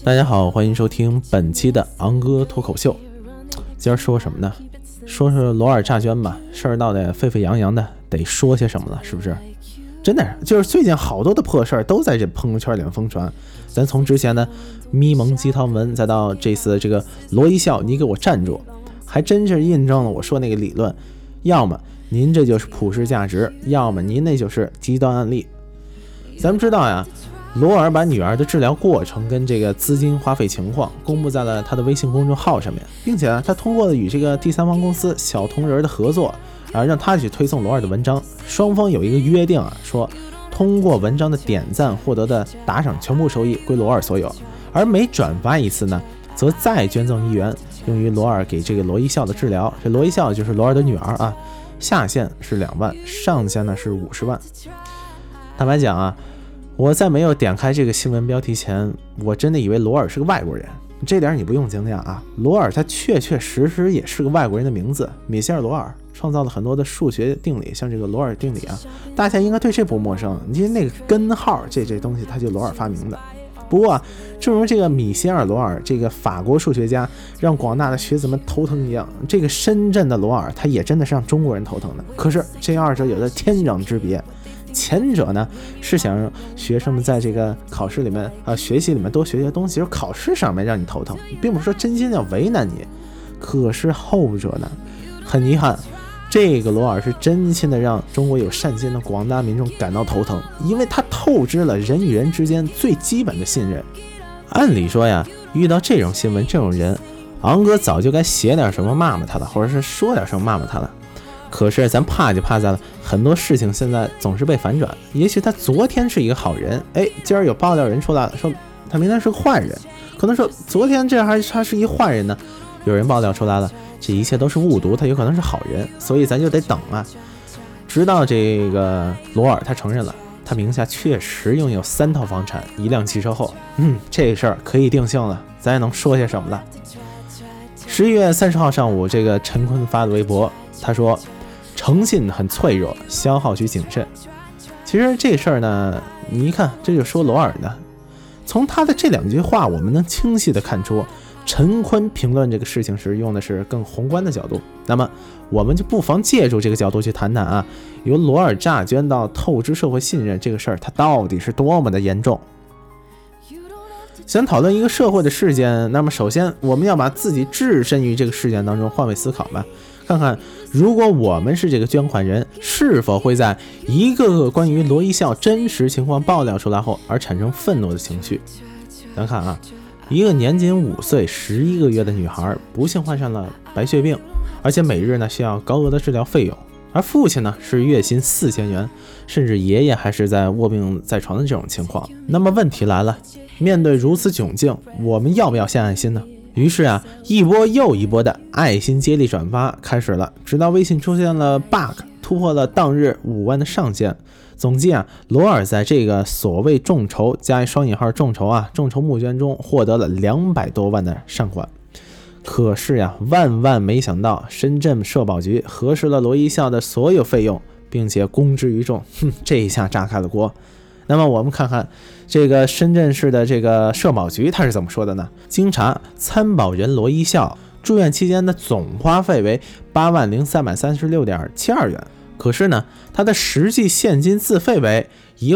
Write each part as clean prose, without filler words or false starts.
大家好，欢迎收听本期的昂哥脱口秀。今儿说什么呢？说说罗尔诈捐吧，事儿闹得沸沸扬扬的，得说些什么了，是不是？真的就是最近好多的破事儿都在这朋友圈里面疯传。咱从之前的咪蒙鸡汤文，再到这次这个罗一笑你给我站住，还真是印证了我说那个理论，要么您这就是普世价值，要么您那就是极端案例。咱们知道呀，罗尔把女儿的治疗过程跟这个资金花费情况公布在了他的微信公众号上面，并且他通过了与这个第三方公司小铜人的合作，让他去推送罗尔的文章。双方有一个约定说通过文章的点赞获得的打赏全部收益归罗尔所有，而每转发一次呢，则再捐赠1元，用于罗尔给这个罗一笑的治疗。这罗一笑就是罗尔的女儿啊，下限是2万，上限呢是50万。坦白讲啊，我在没有点开这个新闻标题前，我真的以为罗尔是个外国人，这点你不用惊讶啊。罗尔他确实也是个外国人的名字，米歇尔·罗尔创造了很多的数学定理，像这个罗尔定理啊，大家应该对这不陌生，因为那个根号这东西他就罗尔发明的。不过正如这个米歇尔·罗尔这个法国数学家让广大的学子们头疼一样，这个深圳的罗尔他也真的是让中国人头疼的。可是这二者有着天壤之别，前者呢是想让学生们在这个考试里面学习里面多学些东西，而考试上面让你头疼，并不是说真心要为难你。可是后者呢，很遗憾，这个罗尔是真心的让中国有善心的广大民众感到头疼，因为他透支了人与人之间最基本的信任。按理说呀，遇到这种新闻这种人，昂哥早就该写点什么骂骂他了，或者是说点什么骂骂他了。可是咱怕就怕在了很多事情现在总是被反转，也许他昨天是一个好人，今儿有爆料人出来了，说他明天是个坏人，可能说昨天这还他是一坏人呢，有人爆料出来了，这一切都是误读，他有可能是好人，所以咱就得等啊，直到这个罗尔他承认了，他名下确实拥有3套房产1辆汽车后，这事儿可以定性了，咱也能说些什么了。11月30号上午，这个陈坤发的微博，他说诚信很脆弱，消耗需谨慎。其实这事儿呢，你一看这就说罗尔的，从他的这2句话我们能清晰的看出陈坤评论这个事情时用的是更宏观的角度。那么我们就不妨借助这个角度去谈谈啊，由罗尔诈捐到透支社会信任这个事儿，它到底是多么的严重。想讨论一个社会的事件，那么首先我们要把自己置身于这个事件当中，换位思考吧，看看如果我们是这个捐款人，是否会在一个个关于罗一笑真实情况爆料出来后而产生愤怒的情绪。咱看啊，一个年仅5岁11个月的女孩不幸患上了白血病，而且每日呢需要高额的治疗费用，而父亲呢是月薪4000元，甚至爷爷还是在卧病在床的这种情况。那么问题来了，面对如此窘境，我们要不要献爱心呢？于是啊，一波又一波的爱心接力转发开始了，直到微信出现了 bug， 突破了当日5万的上限。总计啊，罗尔在这个所谓众筹加双引号众筹募捐中获得了200多万的善款。可是呀，万没想到，深圳社保局核实了罗一笑的所有费用，并且公之于众，这一下炸开了锅。那么我们看看这个深圳市的这个社保局他是怎么说的呢？经查，参保人罗一笑住院期间的总花费为80336.72元，可是呢，他的实际现金自费为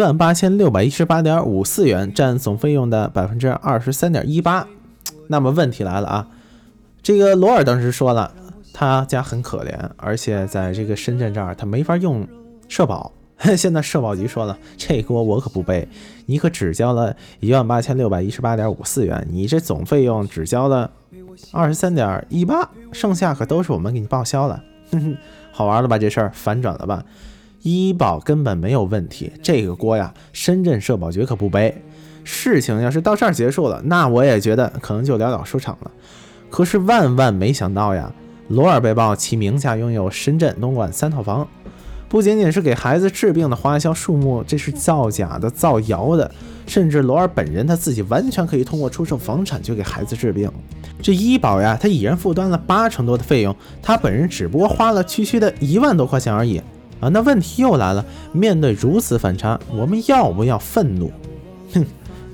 18618.54元，占总费用的 23.18%。 那么问题来了啊，这个罗尔当时说了，他家很可怜，而且在这个深圳这儿他没法用社保。现在社保局说了，这锅我可不背，你可只交了18618.54元，你这总费用只交了 23.18%， 剩下可都是我们给你报销了。好玩了吧，这事儿反转了吧？医保根本没有问题，这个锅呀，深圳社保局可不背。事情要是到这儿结束了，那我也觉得可能就潦倒收场了。可是万没想到呀，罗尔被曝其名下拥有深圳、东莞3套房，不仅仅是给孩子治病的花销数目，这是造假的、造谣的，甚至罗尔本人他自己完全可以通过出售房产去给孩子治病。这医保呀，他已然负担了80%多的费用，他本人只不过花了区区的1万多块钱而已啊！那问题又来了，面对如此反差，我们要不要愤怒？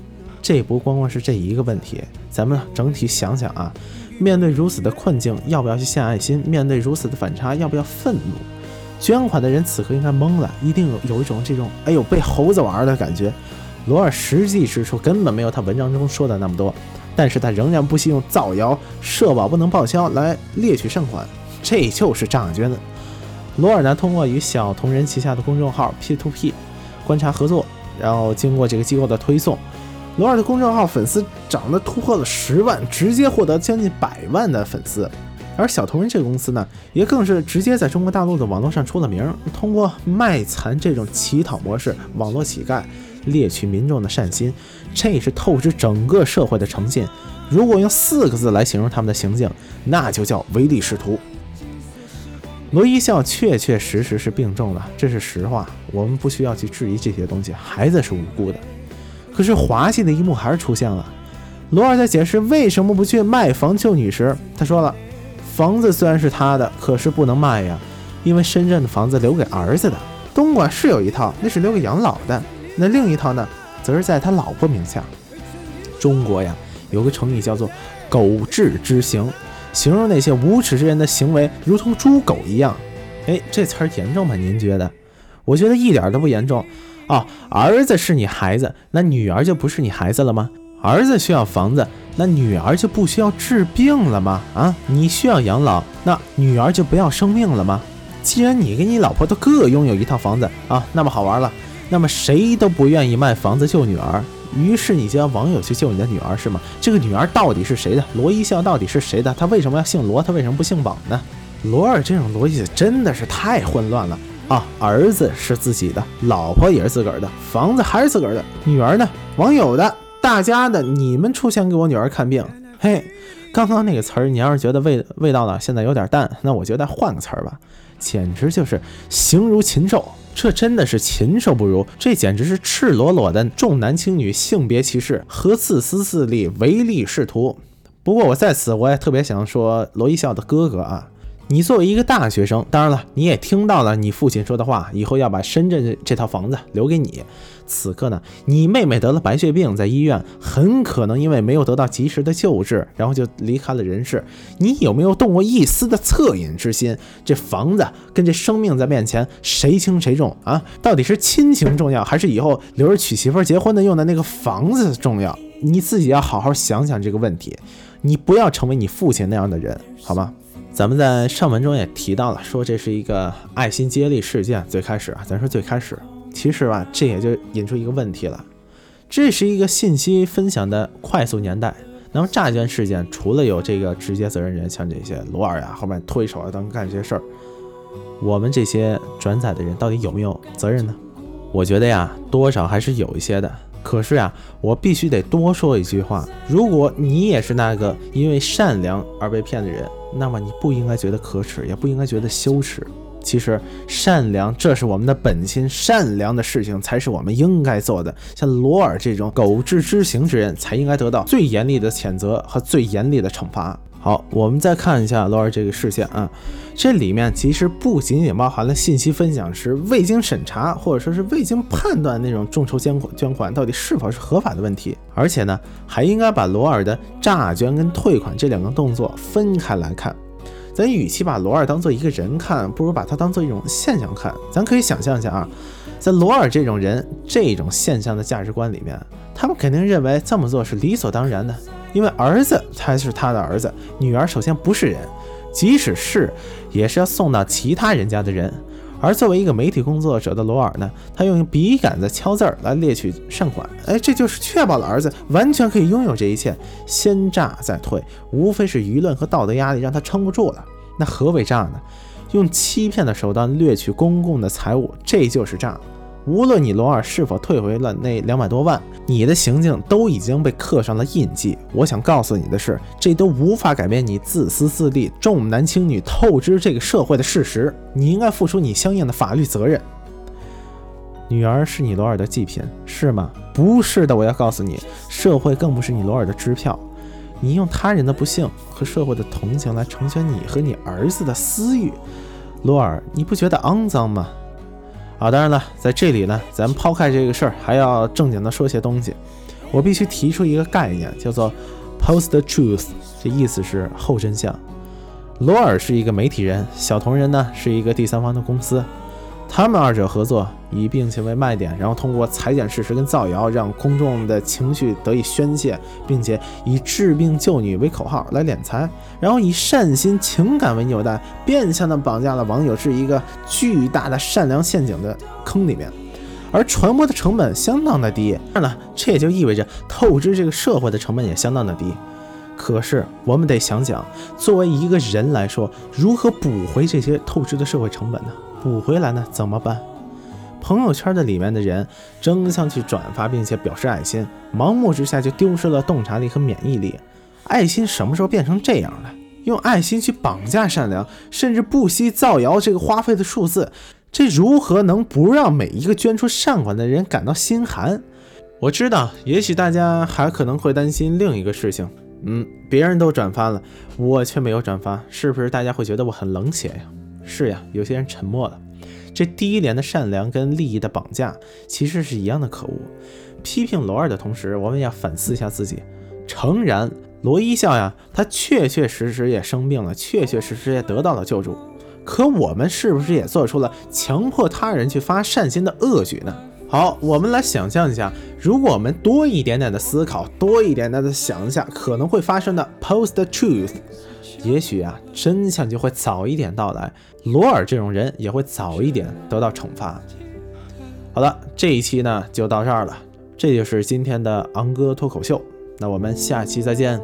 这不光光是这一个问题，咱们整体想想啊，面对如此的困境，要不要去献爱心？面对如此的反差，要不要愤怒？捐款的人此刻应该懵了，一定有一种这种哎呦被猴子玩的感觉。罗尔实际之处根本没有他文章中说的那么多，但是他仍然不惜用造谣、社保不能报销来猎取善款，这就是诈捐的。罗尔呢，通过与小同人旗下的公众号 P2P 观察合作，然后经过这个机构的推送，罗尔的公众号粉丝涨得突破了10万，直接获得将近100万的粉丝。而小同人这个公司呢，也更是直接在中国大陆的网络上出了名，通过卖残这种乞讨模式，网络乞丐猎取民众的善心，这是透支整个社会的诚信。如果用4个字来形容他们的行径，那就叫唯利是图。罗一笑确确实实是病重了，这是实话，我们不需要去质疑这些东西，孩子是无辜的。可是滑稽的一幕还是出现了，罗尔在解释为什么不去卖房救女时，他说了，房子虽然是他的，可是不能卖呀，因为深圳的房子留给儿子的，东莞是有一套，那是留给养老的，那另一套呢，则是在他老婆名下。中国呀，有个成语叫做狗彘之行，形容那些无耻之人的行为如同猪狗一样。这词儿严重吗？您觉得？我觉得一点都不严重啊！儿子是你孩子，那女儿就不是你孩子了吗？儿子需要房子，那女儿就不需要治病了吗？啊，你需要养老，那女儿就不要生命了吗？既然你跟你老婆都各拥有一套房子啊，那么好玩了，那么谁都不愿意卖房子救女儿，于是你就要网友去救你的女儿是吗？这个女儿到底是谁的？罗一笑到底是谁的？他为什么要姓罗？他为什么不姓王呢？罗尔这种逻辑真的是太混乱了啊！儿子是自己的，老婆也是自个儿的，房子还是自个儿的，女儿呢？网友的，大家的，你们出钱给我女儿看病。嘿，刚刚那个词儿，你要是觉得味道呢现在有点淡，那我觉得换个词儿吧，简直就是形如禽兽。这真的是禽兽不如，这简直是赤裸裸的重男轻女、性别歧视和自私自利、唯利是图。不过我在此我也特别想说罗一笑的哥哥啊，你作为一个大学生，当然了，你也听到了你父亲说的话，以后要把深圳这套房子留给你。此刻呢，你妹妹得了白血病，在医院，很可能因为没有得到及时的救治，然后就离开了人世。你有没有动过一丝的恻隐之心？这房子跟这生命在面前，谁轻谁重啊？到底是亲情重要，还是以后留着娶媳妇结婚的用的那个房子重要？你自己要好好想想这个问题，你不要成为你父亲那样的人，好吗？咱们在上文中也提到了，说这是一个爱心接力事件。最开始啊，咱说最开始，其实吧，这也就引出一个问题了。这是一个信息分享的快速年代，那么诈捐事件除了有这个直接责任人，像这些罗尔呀，后面推手啊等干这些事儿，我们这些转载的人到底有没有责任呢？我觉得呀，多少还是有一些的。可是啊，我必须得多说一句话，如果你也是那个因为善良而被骗的人，那么你不应该觉得可耻，也不应该觉得羞耻。其实善良，这是我们的本心，善良的事情才是我们应该做的。像罗尔这种狗彘之行之人，才应该得到最严厉的谴责和最严厉的惩罚。好，我们再看一下罗尔这个事件啊，这里面其实不仅仅包含了信息分享时未经审查或者说是未经判断那种众筹捐款到底是否是合法的问题，而且呢，还应该把罗尔的诈捐跟退款这两个动作分开来看。咱与其把罗尔当做一个人看，不如把它当做一种现象看。咱可以想象一下啊，在罗尔这种人这种现象的价值观里面，他们肯定认为这么做是理所当然的，因为儿子才是他的儿子，女儿首先不是人，即使是也是要送到其他人家的人。而作为一个媒体工作者的罗尔呢，他用笔杆子敲字儿来猎取善款，这就是确保了儿子完全可以拥有这一切，先诈再退，无非是舆论和道德压力让他撑不住了。那何为诈呢？用欺骗的手段掠取公共的财物，这就是诈。无论你罗尔是否退回了那200多万，你的行径都已经被刻上了印记。我想告诉你的是，这都无法改变你自私自利、重男轻女、透支这个社会的事实。你应该付出你相应的法律责任。女儿是你罗尔的祭品，是吗？不是的，我要告诉你，社会更不是你罗尔的支票。你用他人的不幸和社会的同情来成全你和你儿子的私欲，罗尔，你不觉得肮脏吗？当然了，在这里呢，咱们抛开这个事儿，还要正经的说些东西。 我必须提出一个概念，叫做 post truth， 这意思是后真相。罗尔是一个媒体人，小铜人呢是一个第三方的公司，他们二者合作，以病情为卖点，然后通过裁剪事实跟造谣，让公众的情绪得以宣泄，并且以治病救女为口号来敛财，然后以善心情感为纽带，变相的绑架了网友至一个巨大的善良陷阱的坑里面，而传播的成本相当的低。当然了，这也就意味着透支这个社会的成本也相当的低。可是我们得想想，作为一个人来说，如何补回这些透支的社会成本呢？补回来呢怎么办？朋友圈的里面的人争相去转发并且表示爱心，盲目之下就丢失了洞察力和免疫力。爱心什么时候变成这样了？用爱心去绑架善良，甚至不惜造谣这个花费的数字，这如何能不让每一个捐出善款的人感到心寒？我知道，也许大家还可能会担心另一个事情，别人都转发了，我却没有转发，是不是大家会觉得我很冷血呀？是呀，有些人沉默了。这第一联的善良跟利益的绑架其实是一样的可恶。批评罗尔的同时，我们要反思一下自己。诚然，罗一笑呀，他确确实实也生病了，确确实实也得到了救助，可我们是不是也做出了强迫他人去发善心的恶举呢？好，我们来想象一下，如果我们多一点点的思考，多一点点的想一下可能会发生的 post truth， 也许啊，真相就会早一点到来，罗尔这种人也会早一点得到惩罚。好了，这一期呢就到这儿了，这就是今天的昂哥脱口秀，那我们下期再见。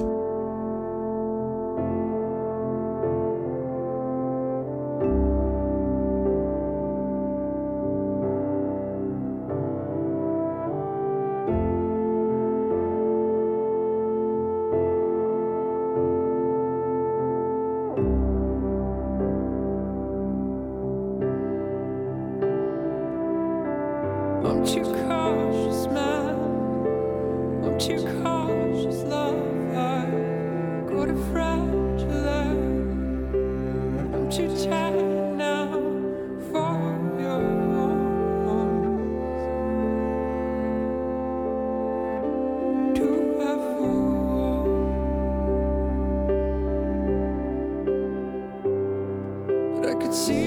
I'm too cautious, man. I'm too cautious, love. I got a fragile end. I'm too tired now for your arms. To ever walk. But I could see